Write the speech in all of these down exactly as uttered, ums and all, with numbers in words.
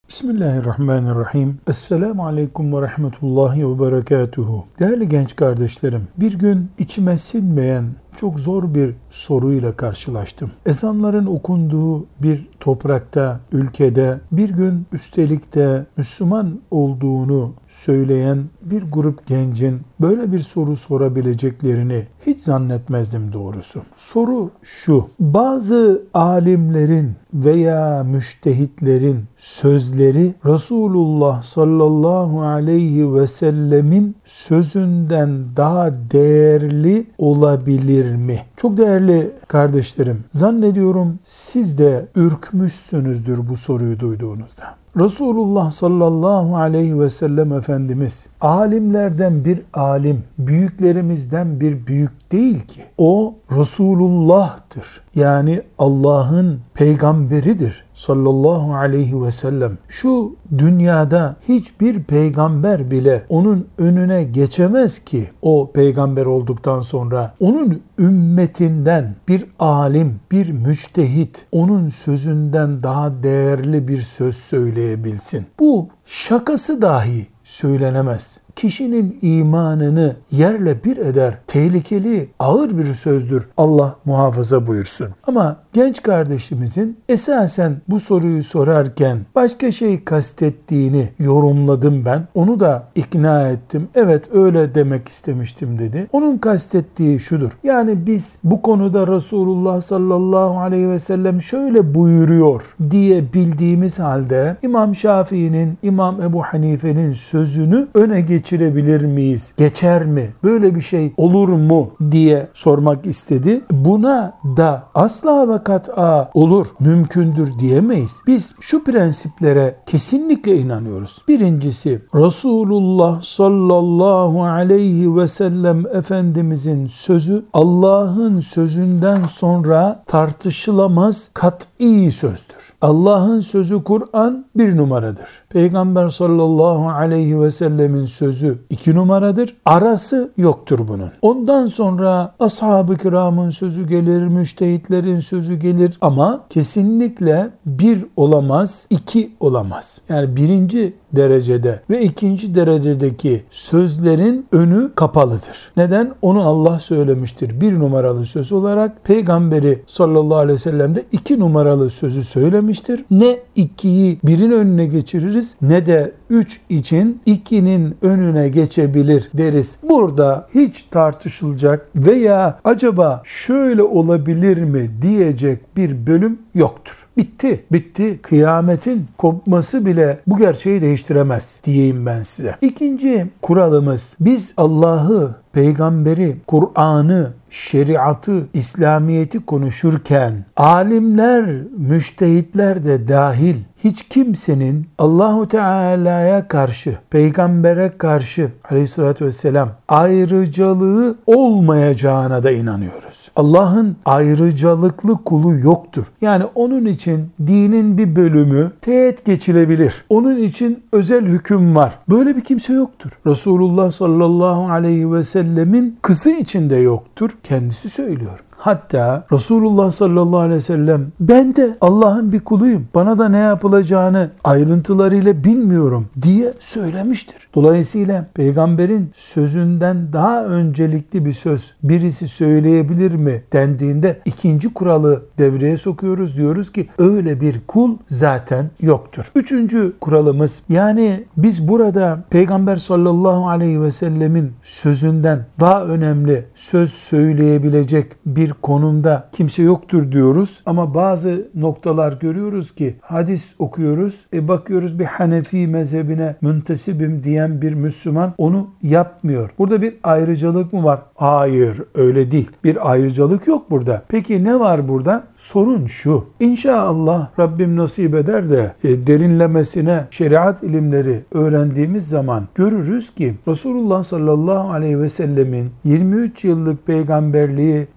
Bismillahirrahmanirrahim. Esselamu Aleyküm ve Rahmetullahi ve Berekatuhu. Değerli genç kardeşlerim, bir gün içime sinmeyen çok zor bir soruyla karşılaştım. Ezanların okunduğu bir toprakta, ülkede bir gün üstelik de Müslüman olduğunu söyleyen bir grup gencin böyle bir soru sorabileceklerini hiç zannetmezdim doğrusu. Soru şu: bazı alimlerin veya müştehitlerin sözleri Resulullah sallallahu aleyhi ve sellemin sözünden daha değerli olabilir mi? Çok değerli kardeşlerim, zannediyorum siz de ürkmüşsünüzdür bu soruyu duyduğunuzda. Resulullah sallallahu aleyhi ve sellem Efendimiz alimlerden bir alim, büyüklerimizden bir büyük değil ki. O Resulullah'tır. Yani Allah'ın peygamberidir sallallahu aleyhi ve sellem. Şu dünyada hiçbir peygamber bile onun önüne geçemez ki o peygamber olduktan sonra. Onun ümmetinden bir alim, bir müçtehit onun sözünden daha değerli bir söz söyleyebilsin. Bu şakası dahi söylenemez. Kişinin imanını yerle bir eder. Tehlikeli, ağır bir sözdür. Allah muhafaza buyursun. Ama genç kardeşimizin esasen bu soruyu sorarken başka şey kastettiğini yorumladım ben. Onu da ikna ettim. Evet, öyle demek istemiştim dedi. Onun kastettiği şudur: yani biz bu konuda Resulullah sallallahu aleyhi ve sellem şöyle buyuruyor diye bildiğimiz halde İmam Şafii'nin, İmam Ebu Hanife'nin sözünü öne geçirebilir miyiz? Geçer mi? Böyle bir şey olur mu diye sormak istedi. Buna da asla ve kat'a olur, mümkündür diyemeyiz. Biz şu prensiplere kesinlikle inanıyoruz. Birincisi, Resulullah sallallahu aleyhi ve sellem Efendimizin sözü Allah'ın sözünden sonra tartışılamaz kat'i sözdür. Allah'ın sözü Kur'an bir numaradır. Peygamber sallallahu aleyhi ve sellemin sözü iki numaradır. Arası yoktur bunun. Ondan sonra ashab-ı kiramın sözü gelir, müştehitlerin sözü gelir ama kesinlikle bir olamaz, iki olamaz. Yani birinci derecede ve ikinci derecedeki sözlerin önü kapalıdır. Neden? Onu Allah söylemiştir. Bir numaralı söz olarak Peygamberi sallallahu aleyhi ve sellem de iki numaralı sözü söylemiştir. Ne ikiyi birin önüne geçiririz ne de üç için ikinin önüne geçebilir deriz. Burada hiç tartışılacak veya acaba şöyle olabilir mi diyecek bir bölüm yoktur. Bitti, bitti. Kıyametin kopması bile bu gerçeği değiştiremez diyeyim ben size. İkinci kuralımız, biz Allah'ı, peygamberi, Kur'an'ı, şeriatı, İslamiyet'i konuşurken alimler, müştehitler de dahil hiç kimsenin Allahu Teala'ya karşı, peygambere karşı aleyhissalatü vesselam ayrıcalığı olmayacağına da inanıyoruz. Allah'ın ayrıcalıklı kulu yoktur. Yani onun için dinin bir bölümü teğet geçilebilir. Onun için özel hüküm var. Böyle bir kimse yoktur. Resulullah sallallahu aleyhi ve sellemin kızı içinde yoktur. Kendisi söylüyor. Hatta Resulullah sallallahu aleyhi ve sellem ben de Allah'ın bir kuluyum, bana da ne yapılacağını ayrıntılarıyla bilmiyorum diye söylemiştir. Dolayısıyla peygamberin sözünden daha öncelikli bir söz birisi söyleyebilir mi dendiğinde ikinci kuralı devreye sokuyoruz. Diyoruz ki öyle bir kul zaten yoktur. Üçüncü kuralımız, yani biz burada peygamber sallallahu aleyhi ve sellemin sözünden daha önemli söz söyleyebilecek bir konumda kimse yoktur diyoruz ama bazı noktalar görüyoruz ki hadis okuyoruz, e bakıyoruz bir Hanefi mezhebine müntesibim diyen bir Müslüman onu yapmıyor. Burada bir ayrıcalık mı var? Hayır, öyle değil. Bir ayrıcalık yok burada. Peki ne var burada? Sorun şu: İnşallah Rabbim nasip eder de e, derinlemesine şeriat ilimleri öğrendiğimiz zaman görürüz ki Resulullah sallallahu aleyhi ve sellemin yirmi üç yıllık peygamberliği döneminde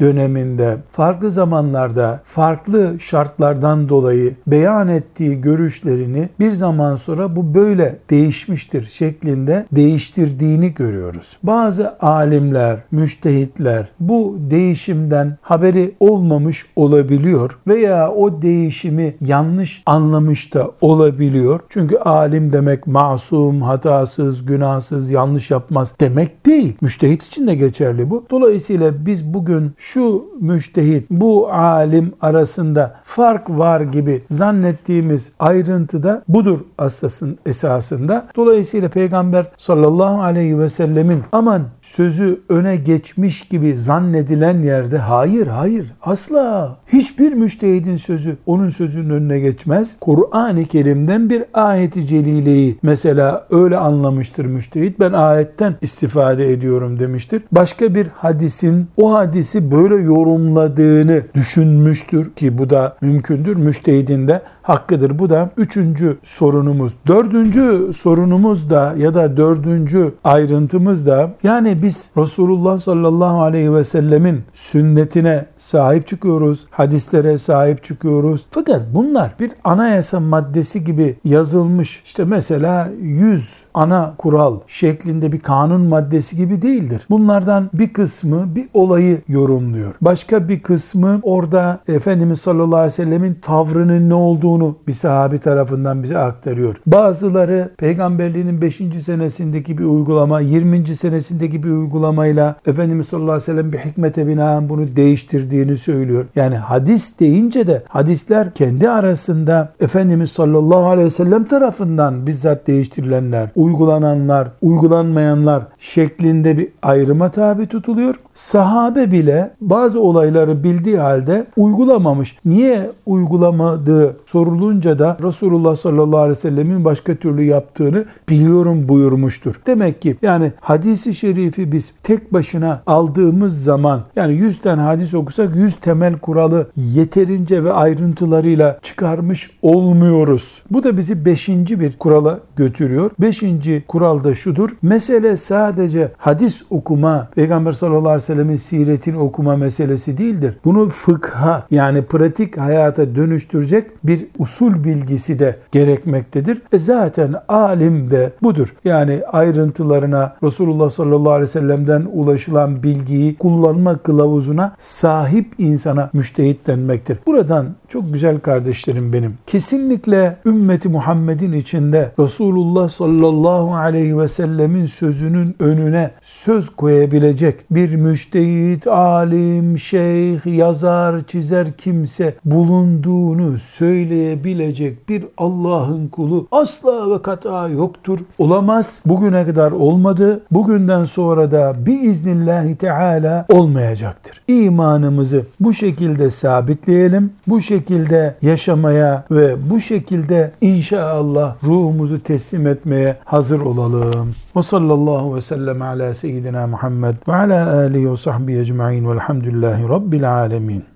döneminde, farklı zamanlarda, farklı şartlardan dolayı beyan ettiği görüşlerini bir zaman sonra bu böyle değişmiştir şeklinde değiştirdiğini görüyoruz. Bazı alimler, müştehitler bu değişimden haberi olmamış olabiliyor veya o değişimi yanlış anlamış da olabiliyor. Çünkü alim demek masum, hatasız, günahsız, yanlış yapmaz demek değil. Müştehit için de geçerli bu. Dolayısıyla biz bugün şu müştehit, bu alim arasında fark var gibi zannettiğimiz ayrıntıda budur asasın esasında. Dolayısıyla Peygamber sallallahu aleyhi ve sellemin aman sözü öne geçmiş gibi zannedilen yerde hayır hayır asla hiçbir müştehidin sözü onun sözünün önüne geçmez. Kur'an-ı Kerim'den bir ayet-i celileyi mesela öyle anlamıştır müştehit. Ben ayetten istifade ediyorum demiştir. Başka bir hadisin o hadisi böyle yorumladığını düşünmüştür ki bu da mümkündür. Müştehidin de hakkıdır. Bu da üçüncü sorunumuz. Dördüncü sorunumuz da ya da dördüncü ayrıntımız da yani biz Resulullah sallallahu aleyhi ve sellemin sünnetine sahip çıkıyoruz. Hadislere sahip çıkıyoruz. Fakat bunlar bir anayasa maddesi gibi yazılmış. İşte mesela yüz ana kural şeklinde bir kanun maddesi gibi değildir. Bunlardan bir kısmı bir olayı yorumluyor. Başka bir kısmı orada Efendimiz sallallahu aleyhi ve sellemin tavrının ne olduğunu bir sahabi tarafından bize aktarıyor. Bazıları peygamberliğinin beşinci senesindeki bir uygulama, yirminci senesindeki bir uygulamayla Efendimiz sallallahu aleyhi ve sellem bir hikmete binaen bunu değiştirdiğini söylüyor. Yani hadis deyince de hadisler kendi arasında Efendimiz sallallahu aleyhi ve sellem tarafından bizzat değiştirilenler, uygulananlar, uygulanmayanlar şeklinde bir ayrıma tabi tutuluyor. Sahabe bile bazı olayları bildiği halde uygulamamış. Niye uygulamadığı sorulunca da Resulullah sallallahu aleyhi ve sellemin başka türlü yaptığını biliyorum buyurmuştur. Demek ki yani hadisi şerifi biz tek başına aldığımız zaman yani yüz tane hadis okusak yüz temel kuralı yeterince ve ayrıntılarıyla çıkarmış olmuyoruz. Bu da bizi beşinci bir kurala götürüyor. Beşinci kural da şudur. Mesele sadece hadis okuma, Peygamber sallallahu aleyhi ve sellemin siretini okuma meselesi değildir. Bunu fıkha yani pratik hayata dönüştürecek bir usul bilgisi de gerekmektedir. E zaten alim de budur. Yani ayrıntılarına Resulullah sallallahu aleyhi ve sellem'den ulaşılan bilgiyi kullanma kılavuzuna sahip insana müştehit denmektir. Buradan çok güzel kardeşlerim benim. Kesinlikle ümmeti Muhammed'in içinde Resulullah sallallahu aleyhi ve sellemin sözünün önüne söz koyabilecek bir müştehit, alim, şeyh, yazar, çizer kimse bulunduğunu söyleyebilecek bir Allah'ın kulu asla ve kat'a yoktur. Olamaz. Bugüne kadar olmadı. Bugünden sonra da biiznillahü teala olmayacaktır. İmanımızı bu şekilde sabitleyelim. Bu şekilde yaşamaya ve bu şekilde inşallah ruhumuzu teslim etmeye hazır olalım. Ve sallallahu ve sellem ala seyyidina Muhammed ve ala alihi ve sahbihi ecma'in velhamdülillahi rabbil alemin.